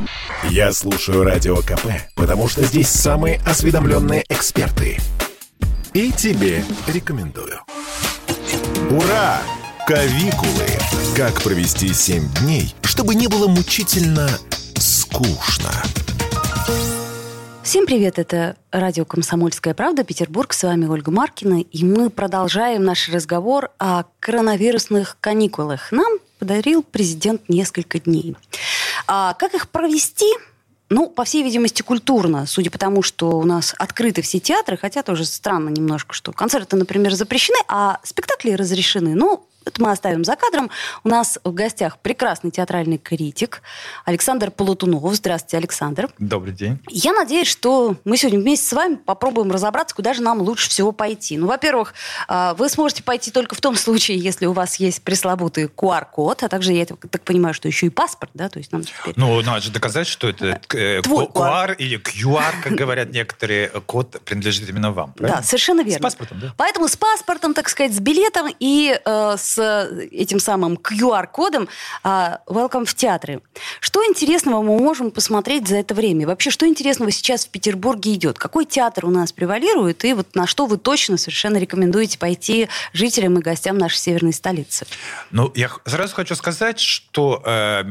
Я слушаю Радио КП, потому что здесь самые осведомленные эксперты. И тебе рекомендую. Ура! Кавикулы! Как провести 7 дней, чтобы не было мучительно скучно. Всем привет, это радио «Комсомольская правда», Петербург, с вами Ольга Маркина, и мы продолжаем наш разговор о коронавирусных каникулах. Нам подарил президент несколько дней. А как их провести? Ну, по всей видимости, культурно, судя по тому, что у нас открыты все театры, хотя тоже странно немножко, что концерты, например, запрещены, а спектакли разрешены. Ну, это мы оставим за кадром. У нас в гостях прекрасный театральный критик Александр Полотунов. Здравствуйте, Александр. Добрый день. Я надеюсь, что мы сегодня вместе с вами попробуем разобраться, куда же нам лучше всего пойти. Ну, во-первых, вы сможете пойти только в том случае, если у вас есть пресловутый QR-код, а также, я так понимаю, что еще и паспорт, да? То есть нам теперь... Ну, надо же доказать, что это QR или QR, как говорят некоторые, код принадлежит именно вам, правильно? Да, совершенно верно. С паспортом, да? Поэтому с паспортом, так сказать, с билетом и с этим самым QR-кодом welcome в театры. Что интересного мы можем посмотреть за это время? Вообще, что интересного сейчас в Петербурге идет? Какой театр у нас превалирует? И вот на что вы точно совершенно рекомендуете пойти жителям и гостям нашей северной столицы? Ну, я сразу хочу сказать, что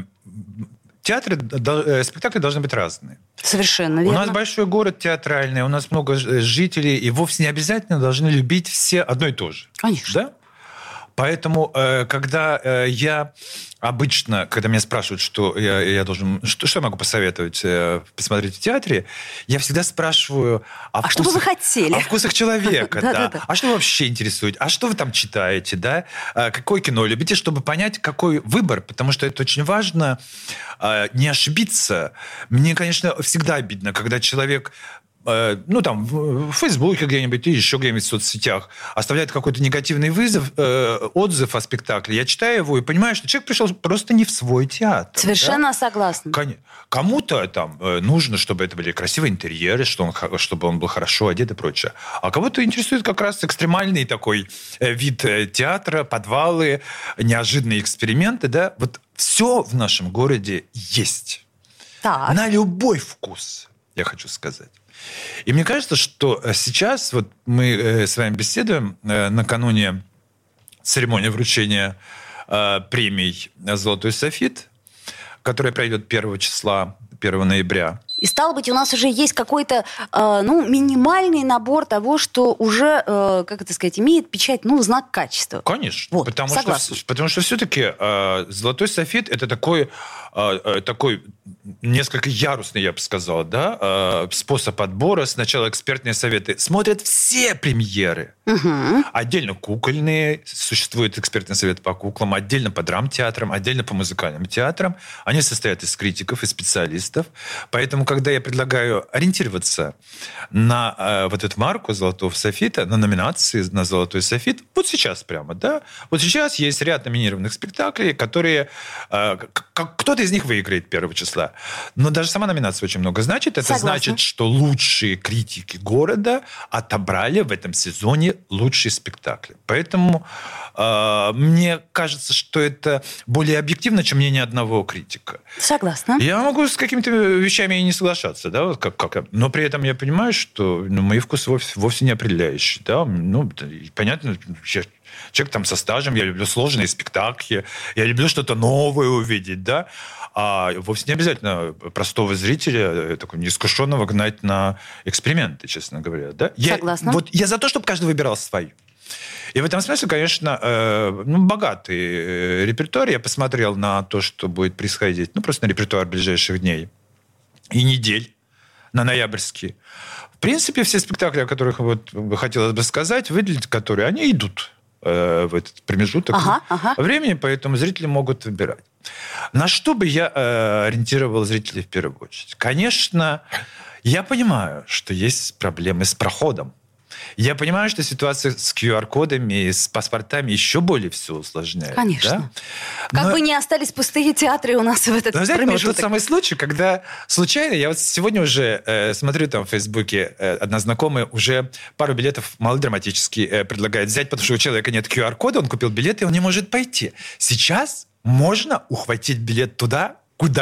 спектакли должны быть разные. Совершенно верно. У нас большой город театральный, у нас много жителей, и вовсе не обязательно должны любить все одно и то же. Конечно. Да? Поэтому, когда я обычно, когда меня спрашивают, что я должен, что я могу посоветовать посмотреть в театре, я всегда спрашиваю что бы вы хотели? О вкусах человека, да. Да. А что вообще интересует? А что вы там читаете, да? Какое кино любите, чтобы понять, какой выбор, потому что это очень важно не ошибиться. Мне, конечно, всегда обидно, когда человек там, в Фейсбуке где-нибудь или еще где-нибудь в соцсетях оставляет какой-то негативный отзыв о спектакле. Я читаю его и понимаю, что человек пришел просто не в свой театр. Совершенно согласна. Кому-то там нужно, чтобы это были красивые интерьеры, чтобы он был хорошо одет и прочее. А кого-то интересует как раз экстремальный такой вид театра, подвалы, неожиданные эксперименты. Да? Вот все в нашем городе есть. Так. На любой вкус, я хочу сказать. И мне кажется, что сейчас вот мы с вами беседуем накануне церемонии вручения премий «Золотой софит», которая пройдет 1 ноября. И, стало быть, у нас уже есть какой-то минимальный набор того, что уже, имеет печать, знак качества. Конечно. Вот, потому что все-таки «Золотой софит» – это такой несколько ярусный, я бы сказал, да, способ отбора. Сначала экспертные советы смотрят все премьеры. Угу. Отдельно кукольные, существует экспертный совет по куклам, отдельно по драмтеатрам, отдельно по музыкальным театрам. Они состоят из критиков и специалистов. Поэтому, когда я предлагаю ориентироваться на вот эту марку «Золотого софита», на номинации на «Золотой софит», вот сейчас прямо, да, вот сейчас есть ряд номинированных спектаклей, которые... Кто-то из них выиграет 1 числа. Но даже сама номинация очень много значит. Это значит, что лучшие критики города отобрали в этом сезоне лучшие спектакли. Поэтому мне кажется, что это более объективно, чем мнение одного критика. Согласна. Я могу с какими-то вещами и не соглашаться, да, вот но при этом я понимаю, что мои вкусы вовсе не определяющие. Да? Понятно, человек там со стажем, я люблю сложные спектакли, я люблю что-то новое увидеть, да, а вовсе не обязательно простого зрителя, такого неискушенного, гнать на эксперименты, честно говоря, да. Согласна. Я за то, чтобы каждый выбирал свою. И в этом смысле, конечно, богатый репертуар. Я посмотрел на то, что будет происходить, просто на репертуар ближайших дней и недель, на ноябрьские. В принципе, все спектакли, о которых хотелось бы сказать, выделить которые, они идут в этот промежуток времени, поэтому зрители могут выбирать. На что бы я ориентировал зрителей в первую очередь? Конечно, я понимаю, что есть проблемы с проходом. Я понимаю, что ситуация с QR-кодами, с паспортами еще более все усложняет. Конечно. Да? Как бы не остались пустые театры у нас в этот промежуток. Тот самый случай, когда случайно, я вот сегодня уже смотрю там в Фейсбуке, одна знакомая уже пару билетов малодраматически предлагает взять, потому что у человека нет QR-кода, он купил билет, и он не может пойти. Сейчас можно ухватить билет туда, куда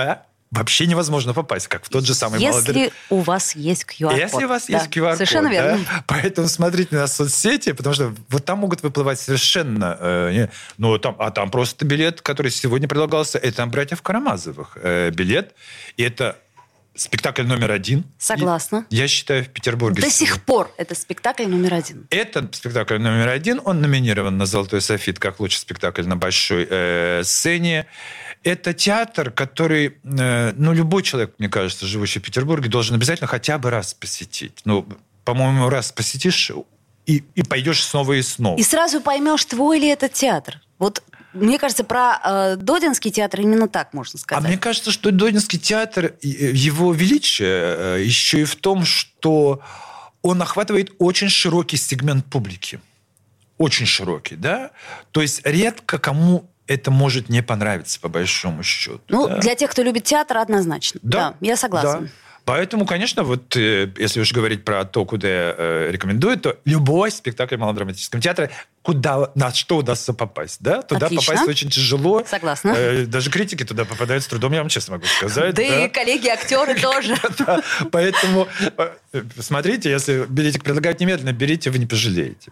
вообще невозможно попасть, как в тот же самый Если у вас есть QR-код. Если у вас есть QR-код. Совершенно верно. Да? Поэтому смотрите на соцсети, потому что вот там могут выплывать совершенно... там просто билет, который сегодня предлагался, это там братьев Карамазовых билет. И это спектакль номер 1. Согласна. Я считаю, в Петербурге... До сих пор это спектакль номер 1. Это спектакль номер 1. Он номинирован на «Золотой софит» как лучший спектакль на большой сцене. Это театр, который, любой человек, мне кажется, живущий в Петербурге, должен обязательно хотя бы раз посетить. По-моему, раз посетишь и пойдешь снова и снова. И сразу поймешь, твой ли это театр. Вот мне кажется, про Додинский театр именно так можно сказать. А мне кажется, что Додинский театр, его величие еще и в том, что он охватывает очень широкий сегмент публики. Очень широкий, да? То есть редко кому это может не понравиться, по большому счету. Да? Для тех, кто любит театр, однозначно. Да, я согласна. Да. Поэтому, конечно, если уж говорить про то, куда я рекомендую, то любой спектакль в малодраматическом театре, на что удастся попасть. Да? Туда Отлично. попасть очень тяжело. Согласна. Даже критики туда попадают с трудом, я вам честно могу сказать. Да и коллеги-актеры тоже. Поэтому смотрите, если билетик предлагают немедленно, берите, вы не пожалеете.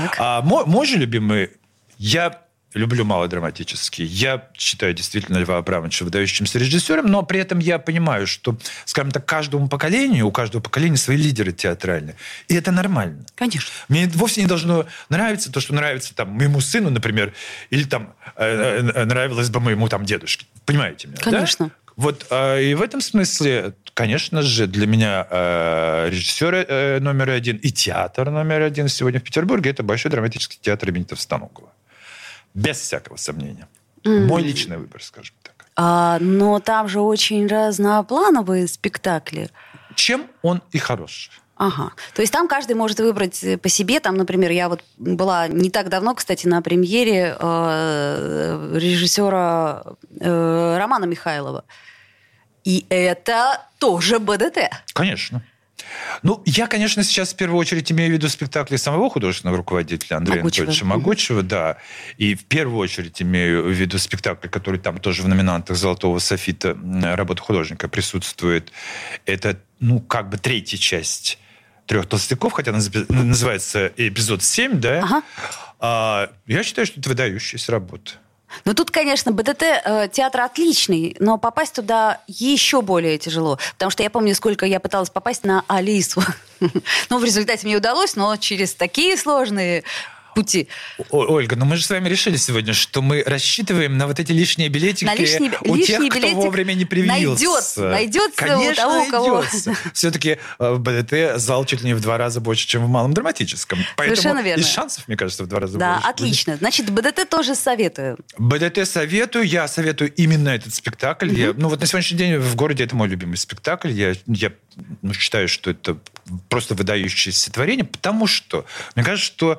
Мой же любимый, я люблю малодраматический. Я считаю действительно Льва Абрамовича выдающимся режиссером, но при этом я понимаю, что, скажем так, у каждого поколения свои лидеры театральные. И это нормально. Конечно. Мне вовсе не должно нравиться то, что нравится моему сыну, например, или нравилось бы моему дедушке. Понимаете меня? Конечно. Да? И в этом смысле, конечно же, для меня режиссер номер 1 и театр номер 1 сегодня в Петербурге – это Большой драматический театр имени Товстоногова. Без всякого сомнения. Мой личный выбор, скажем так. Но там же очень разноплановые спектакли. Чем он и хорош. Ага. То есть там каждый может выбрать по себе. Там, например, я была не так давно, кстати, на премьере режиссера Романа Михайлова. И это тоже БДТ. Конечно. Я, конечно, сейчас в первую очередь имею в виду спектакли самого художественного руководителя Андрея Анатольевича Могучего, да. И в первую очередь имею в виду спектакль, который там тоже в номинантах «Золотого софита» работа художника присутствует. Это, третья часть «Трех толстяков», хотя называется эпизод 7, да. Ага. Я считаю, что это выдающаяся работа. Тут, конечно, БДТ театр отличный, но попасть туда еще более тяжело. Потому что я помню, сколько я пыталась попасть на Алису. В результате мне удалось, но через такие сложные пути. Ольга, мы же с вами решили сегодня, что мы рассчитываем на эти лишние билетики у тех, кто вовремя не привился. Найдется конечно, у того, у кого. Все-таки в БДТ зал чуть ли не в 2 раза больше, чем в малом драматическом. Совершенно верно. И шансов, мне кажется, в 2 раза больше. Да, отлично. Значит, БДТ тоже советую. БДТ советую. Я советую именно этот спектакль. На сегодняшний день в городе это мой любимый спектакль. Я считаю, что это просто выдающееся творение, потому что, мне кажется, что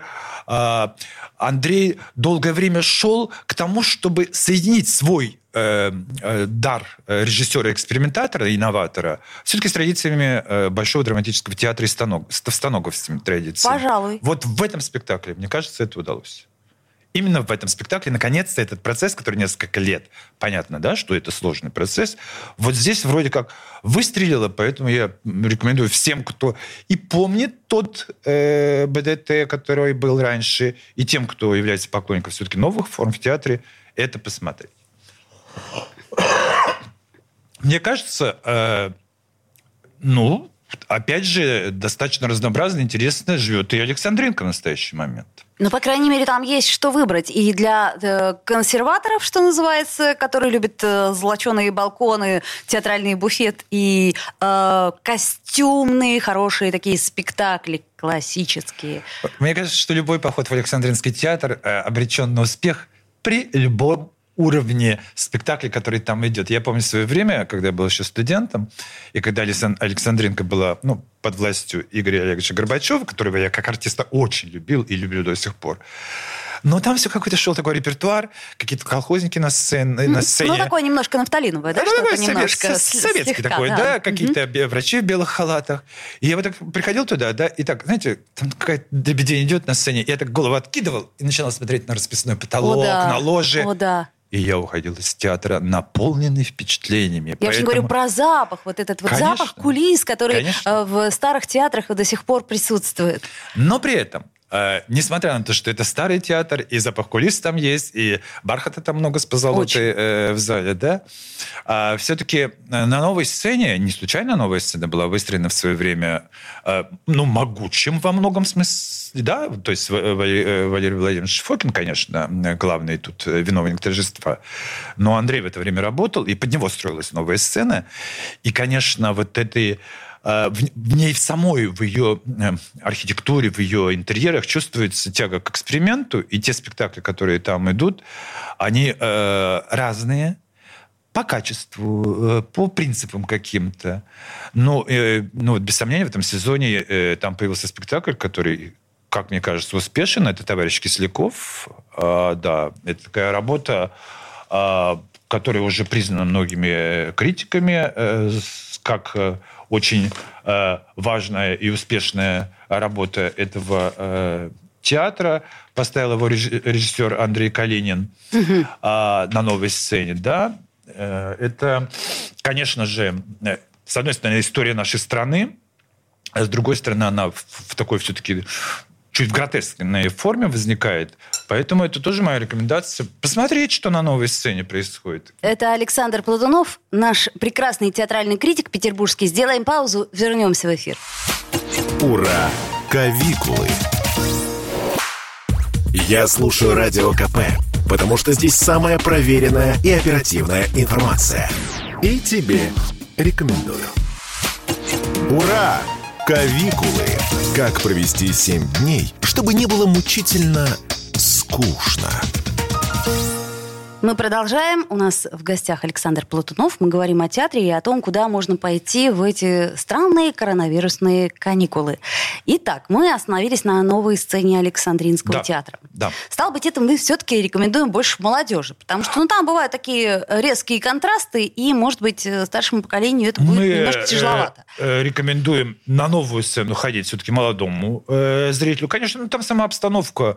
Андрей долгое время шел к тому, чтобы соединить свой дар режиссера-экспериментатора, инноватора, все-таки с традициями Большого драматического театра и с товстоноговскими традициями. Пожалуй. Вот в этом спектакле, мне кажется, это удалось. Именно в этом спектакле, наконец-то, этот процесс, который несколько лет, понятно, да, что это сложный процесс, вот здесь вроде как выстрелило, поэтому я рекомендую всем, кто и помнит тот БДТ, который был раньше, и тем, кто является поклонником все-таки новых форм в театре, это посмотреть. Мне кажется, опять же, достаточно разнообразно, интересно живет и Александринка в настоящий момент. По крайней мере, там есть что выбрать. И для консерваторов, что называется, которые любят золоченые балконы, театральный буфет и костюмные хорошие такие спектакли классические. Мне кажется, что любой поход в Александринский театр обречен на успех при любом уровне спектакля, который там идет. Я помню свое время, когда я был еще студентом, и когда Александринка была под властью Игоря Олеговича Горбачева, которого я как артиста очень любил и люблю до сих пор. Но там все какой-то шел такой репертуар, какие-то колхозники на сцене. Такой немножко нафталиновое, да? Такой советский слегка, такой, да, какие-то врачи в белых халатах. И я вот так приходил туда, да, и так, знаете, там какая-то дребедень идет на сцене, и я так голову откидывал и начинал смотреть на расписной потолок, на ложи. О, да. И я уходил из театра наполненный впечатлениями. Я очень говорю про запах, вот этот вот Конечно. запах кулис, который Конечно. в старых театрах до сих пор присутствует. Но при этом, несмотря на то, что это старый театр, и запах кулис там есть, и бархата там много с позолотой в зале, да, все-таки на новой сцене, не случайно новая сцена была выстроена в свое время, могучим во многом смысле, да, то есть Валерий Владимирович Фокин, конечно, главный тут виновник торжества, но Андрей в это время работал, и под него строилась новая сцена, и, конечно, вот этой... В ней в самой, в ее архитектуре, в ее интерьерах чувствуется тяга к эксперименту, и те спектакли, которые там идут, они разные по качеству, по принципам каким-то. Без сомнения, в этом сезоне там появился спектакль, который, как мне кажется, успешен. Это «Товарищ Кисляков». Да, это такая работа, которая уже признана многими критиками как очень важная и успешная работа этого театра. Поставил его режиссер Андрей Калинин на новой сцене. Да? Это, конечно же, с одной стороны, история нашей страны, а с другой стороны, она в такой все-таки чуть в гротескной форме возникает. Поэтому это тоже моя рекомендация. Посмотреть, что на новой сцене происходит. Это Александр Платунов, наш прекрасный театральный критик петербургский. Сделаем паузу, вернемся в эфир. Ура! Кавикулы! Я слушаю Радио КП, потому что здесь самая проверенная и оперативная информация. И тебе рекомендую. Ура! Кавикулы! Как провести 7 дней, чтобы не было мучительно скучно. Мы продолжаем. У нас в гостях Александр Платунов. Мы говорим о театре и о том, куда можно пойти в эти странные коронавирусные каникулы. Итак, мы остановились на новой сцене Александринского театра. Да. Стало быть, это мы все-таки рекомендуем больше молодежи, потому что там бывают такие резкие контрасты, и, может быть, старшему поколению это будет немножко тяжеловато. Мы рекомендуем на новую сцену ходить все-таки молодому зрителю. Конечно, там сама обстановка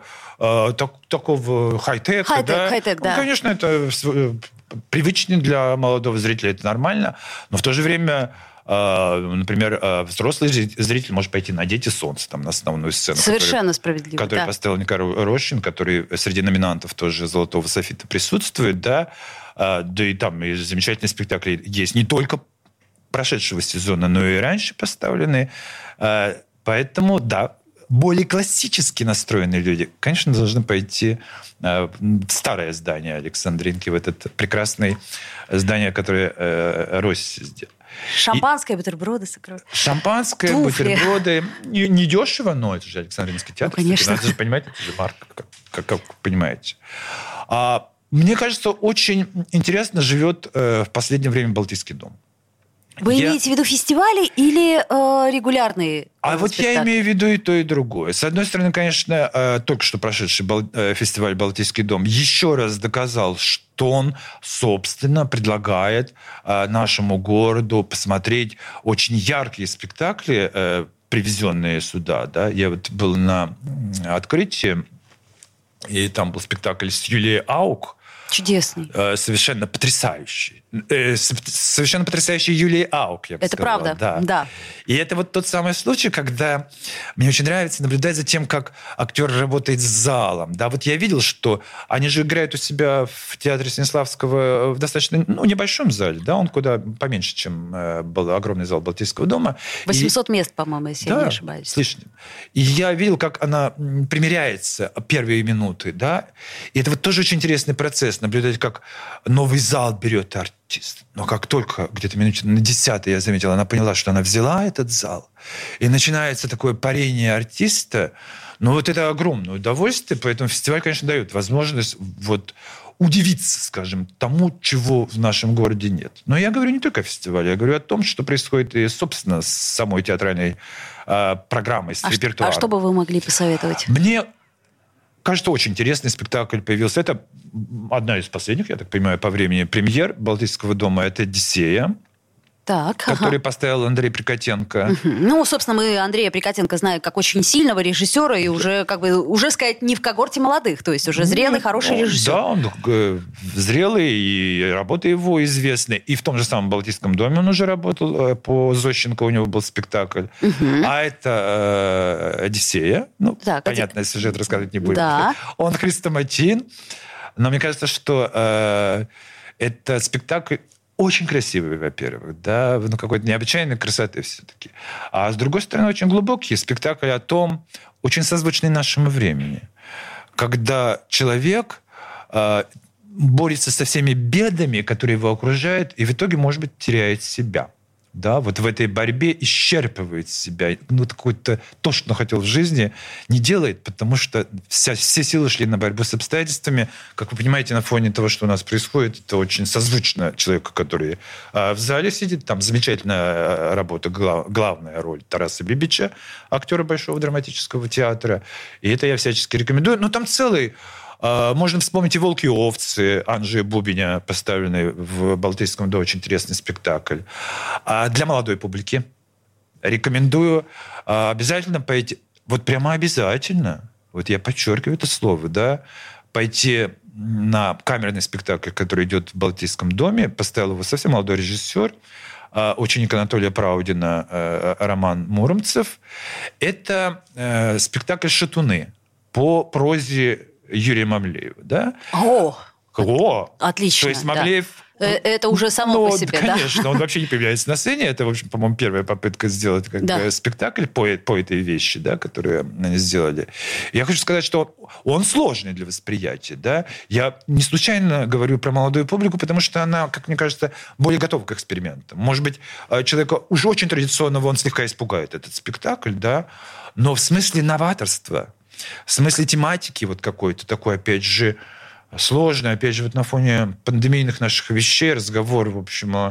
такого хай-тека. Хай-тек, да. Конечно, это привычно для молодого зрителя, это нормально, но в то же время, например, взрослый зритель может пойти на «Дети солнца», там, на основную сцену. Совершенно справедливо. Который поставил Николай Рощин, который среди номинантов тоже «Золотого софита» присутствует, да, и там и замечательные спектакли есть не только прошедшего сезона, но и раньше поставленные. Поэтому, да, более классически настроенные люди, конечно, должны пойти в старое здание Александринки, в это прекрасное здание, которое Росс сделал. Шампанское, бутерброды с икрой. Шампанское, туфли. Бутерброды. Не дешево, но это же Александринский театр. Конечно. Надо же понимать, это же марка, как вы понимаете. Мне кажется, очень интересно живет в последнее время Балтийский дом. Вы имеете в виду фестивали или регулярные спектакли? Я имею в виду и то, и другое. С одной стороны, конечно, только что прошедший фестиваль «Балтийский дом» еще раз доказал, что он, собственно, предлагает нашему городу посмотреть очень яркие спектакли, привезенные сюда. Да? Я вот был на открытии, и там был спектакль с Юлией Аук. Чудесный. Совершенно потрясающий. Совершенно потрясающий Юлии Аук, я бы сказал. Это правда, да. И это вот тот самый случай, когда мне очень нравится наблюдать за тем, как актер работает с залом. Да, вот я видел, что они же играют у себя в театре Станиславского в достаточно небольшом зале. Да, он куда поменьше, чем был огромный зал Балтийского дома. 800 мест, по-моему, если я не ошибаюсь. С лишним. И я видел, как она примеряется первые минуты. Да? И это вот тоже очень интересный процесс. Наблюдать, как новый зал берет артист. Но как только где-то минуте на 10-й я заметил, она поняла, что она взяла этот зал, и начинается такое парение артиста. Ну, вот это огромное удовольствие. Поэтому фестиваль, конечно, дает возможность вот удивиться, скажем, тому, чего в нашем городе нет. Но я говорю не только о фестивале, я говорю о том, что происходит и, собственно, с самой театральной программой, с репертуаром. А что бы вы могли посоветовать? Мне кажется, очень интересный спектакль появился. Это одна из последних, я так понимаю, по времени премьер Балтийского дома. Это «Одиссея». который поставил Андрей Прикотенко. Ну, собственно, мы Андрея Прикотенко знаем как очень сильного режиссера и уже, уже сказать, не в когорте молодых, то есть уже зрелый, хороший режиссер. Да, он зрелый, и работы его известны. И в том же самом «Балтийском доме» он уже работал. По Зощенко у него был спектакль. А это «Одиссея». Ну, понятно, сюжет рассказывать не будем. Да. Он хрестоматин. Но мне кажется, что это спектакль очень красивый, во-первых, да, какой-то необычайной красоты все-таки. А с другой стороны, очень глубокий спектакль о том, очень созвучный нашему времени, когда человек борется со всеми бедами, которые его окружают, и в итоге, может быть, теряет себя. Да, вот в этой борьбе исчерпывает себя. Какое-то то, что он хотел в жизни, не делает, потому что все силы шли на борьбу с обстоятельствами. Как вы понимаете, на фоне того, что у нас происходит, это очень созвучно человеку, который в зале сидит. Там замечательная работа, главная роль Тараса Бибича, актера Большого драматического театра. И это я всячески рекомендую. Но там целый... Можно вспомнить и «Волки и овцы» Анджея Бубиня, поставленный в Балтийском доме, очень интересный спектакль. Для молодой публики рекомендую обязательно пойти, вот прямо обязательно, вот я подчеркиваю это слово, да, пойти на камерный спектакль, который идет в Балтийском доме, поставил его совсем молодой режиссер, ученик Анатолия Праудина Роман Муромцев. Это спектакль «Шатуны» по прозе Юрия Мамлеева, да? Отлично. То есть Мамлеев... Да. Это уже само по себе, конечно, да? он вообще не появляется на сцене. Это, в общем, по-моему, первая попытка сделать спектакль по этой вещи, да, которую они сделали. Я хочу сказать, что он сложный для восприятия. Да? Я не случайно говорю про молодую публику, потому что она, как мне кажется, более готова к экспериментам. Может быть, человека уже очень традиционного он слегка испугает этот спектакль, да? Но в смысле новаторства, в смысле тематики вот какой-то такой, опять же, сложной, опять же, вот на фоне пандемийных наших вещей, разговор, в общем, о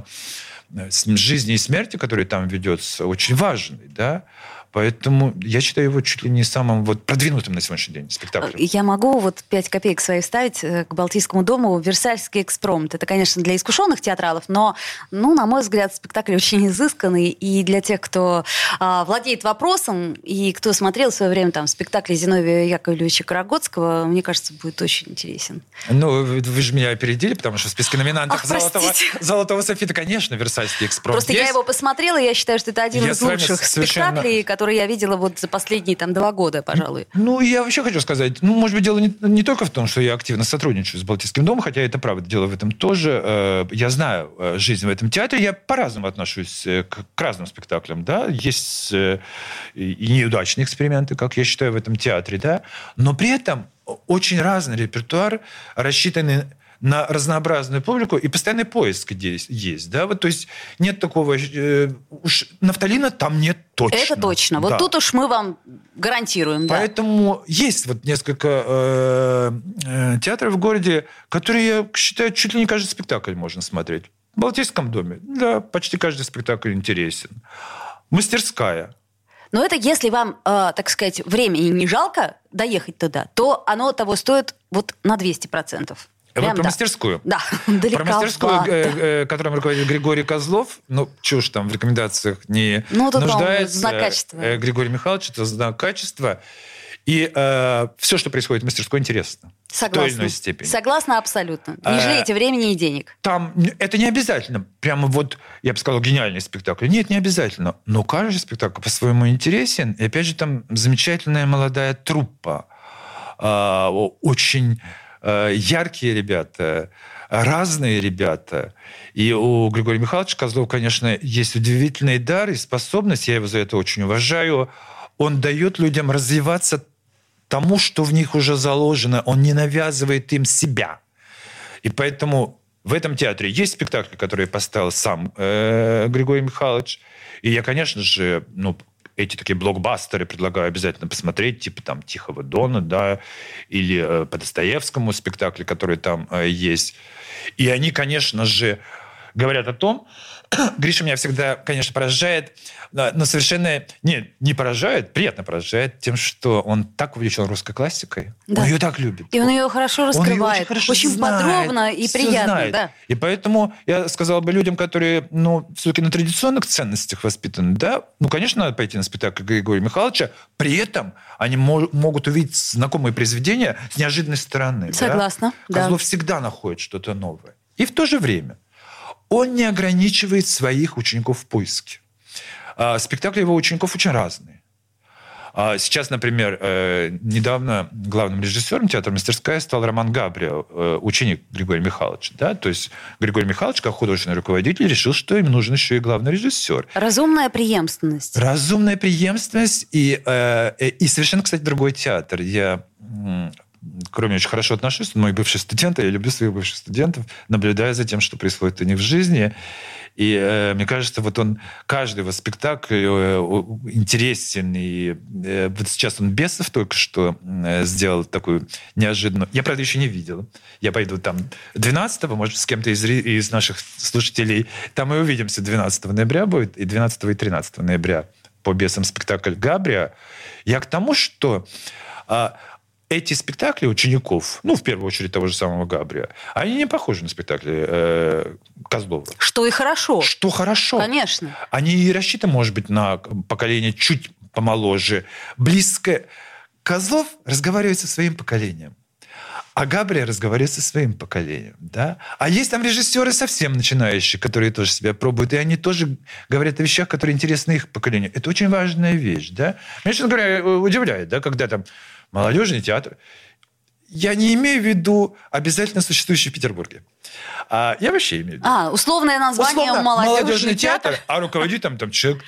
жизни и смерти, который там ведется, очень важный, да. Поэтому я считаю его чуть ли не самым продвинутым на сегодняшний день спектаклем. Я могу 5 копеек своих вставить к Балтийскому дому. «Версальский экспромт». Это, конечно, для искушенных театралов, но, на мой взгляд, спектакль очень изысканный. И для тех, кто владеет вопросом, и кто смотрел в свое время спектакли Зиновия Яковлевича Карагодского, мне кажется, будет очень интересен. Вы же меня опередили, потому что в списке номинантов «Золотого софита», конечно, «Версальский экспромт». Просто я его посмотрела, и я считаю, что это один из лучших спектаклей, который я видела за последние 2 года, пожалуй. Я вообще хочу сказать, может быть, дело не только в том, что я активно сотрудничаю с Балтийским домом, хотя это правда, дело в этом тоже. Я знаю жизнь в этом театре, я по-разному отношусь к разным спектаклям, да. Есть и неудачные эксперименты, как я считаю, в этом театре, да. Но при этом очень разный репертуар, рассчитанный на разнообразную публику, и постоянный поиск есть, да, то есть нет такого, уж нафталина там нет точно. Это точно, да. Тут уж мы вам гарантируем, да. Поэтому есть несколько театров в городе, которые, я считаю, чуть ли не каждый спектакль можно смотреть. В Балтийском доме, да, почти каждый спектакль интересен. Мастерская. Но это если вам, так сказать, времени не жалко доехать туда, то оно того стоит на 200%. Вы про мастерскую? Да, далеко. Про мастерскую, которым руководит Григорий Козлов. чушь там в рекомендациях не нуждается. Знак качества. Григорий Михайлович, это знак качества. И все, что происходит в мастерской, интересно. Согласна. В той или иной степени. Согласна абсолютно. Не жалейте времени и денег. Там это не обязательно. Прямо я бы сказал, гениальный спектакль. Нет, не обязательно. Но каждый спектакль по-своему интересен. И опять же, там замечательная молодая труппа. Очень яркие ребята, разные ребята. И у Григория Михайловича Козлова, конечно, есть удивительный дар и способность, я его за это очень уважаю. Он дает людям развиваться тому, что в них уже заложено. Он не навязывает им себя. И поэтому в этом театре есть спектакли, которые поставил сам Григорий Михайлович. И я, конечно же, эти такие блокбастеры предлагаю обязательно посмотреть, типа там «Тихого Дона», да, или по Достоевскому спектакли, которые там есть. И они, конечно же, говорят о том, Гриша меня всегда, конечно, поражает, но совершенно не поражает, приятно поражает тем, что он так увлечен русской классикой. Да. Он ее так любит. И он ее хорошо раскрывает. Очень знает, подробно и приятно. Да. И поэтому я сказал бы людям, которые, все-таки на традиционных ценностях воспитаны, да, конечно, надо пойти на спектакль Григория Михайловича, при этом они могут увидеть знакомые произведения с неожиданной стороны. Согласна. Да? Козлов всегда находит что-то новое. И в то же время он не ограничивает своих учеников в поиске. Спектакли его учеников очень разные. Сейчас, например, недавно главным режиссером театра «Мастерская» стал Роман Габриа, ученик Григория Михайловича. Да? То есть Григорий Михайлович, как художественный руководитель, решил, что им нужен еще и главный режиссер. Разумная преемственность. Разумная преемственность и совершенно, кстати, другой театр. Я... Кроме очень хорошо отношусь, мои бывшие студенты, я люблю своих бывших студентов, наблюдая за тем, что происходит у них в жизни. И мне кажется, каждый его спектакль интересен. И вот сейчас он «Бесов» только что сделал такую неожиданную... Я, правда, еще не видел. Я пойду там 12-го, может, с кем-то из наших слушателей. Там мы увидимся 12 ноября будет, и 12 и 13 ноября по «Бесам» спектакль Габриа. Я к тому, что... Эти спектакли учеников, в первую очередь того же самого Габриа, они не похожи на спектакли Козлова. Что и хорошо. Что хорошо. Конечно. Они и рассчитаны, может быть, на поколение чуть помоложе, близкое. Козлов разговаривает со своим поколением, а Габриа разговаривает со своим поколением. Да? А есть там режиссеры совсем начинающие, которые тоже себя пробуют, и они тоже говорят о вещах, которые интересны их поколению. Это очень важная вещь. Да? Меня, честно говоря, удивляет, да, когда там молодежный театр. Я не имею в виду обязательно существующий в Петербурге. Я вообще имею в виду. Условное название молодежный театр. А руководит там человек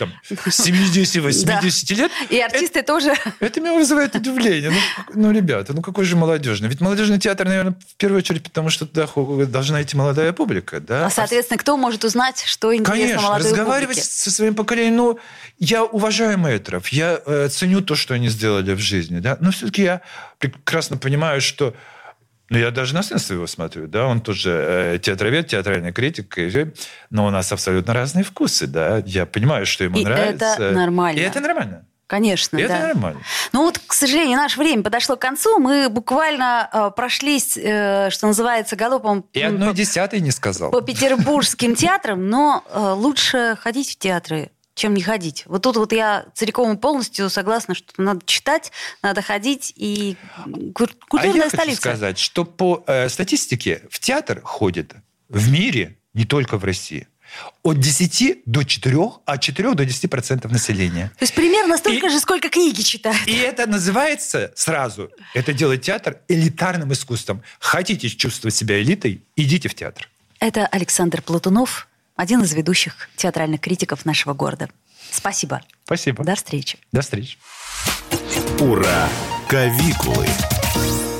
70-80 лет. И артисты тоже. Это меня вызывает удивление. Ребята, какой же молодежный? Ведь молодежный театр, наверное, в первую очередь, потому что туда должна идти молодая публика. Да? Соответственно, кто может узнать, что интересно молодой публике? Разговаривать со своим поколением. Я уважаю мэтров. Я ценю то, что они сделали в жизни. Да? Но все-таки я прекрасно понимаю, что... я даже на сына своего смотрю, да, он тоже театровед, театральный критик, но у нас абсолютно разные вкусы, да, я понимаю, что ему нравится. Это нормально. И это нормально. Конечно, и это нормально. К сожалению, наше время подошло к концу, мы буквально прошлись, что называется, галопом... И 1/10 не сказал. По петербургским театрам, но лучше ходить в театры, чем не ходить. Вот тут я целиком и полностью согласна, что надо читать, надо ходить, и культурная столица. Я хочу сказать, что по статистике в театр ходит в мире, не только в России, от 10 до 4, от 4 до 10% населения. То есть примерно столько же, сколько книги читают. И это называется сразу, это делает театр элитарным искусством. Хотите чувствовать себя элитой, идите в театр. Это Александр Платунов, один из ведущих театральных критиков нашего города. Спасибо. Спасибо. До встречи. До встречи. Ура! Кавикулы!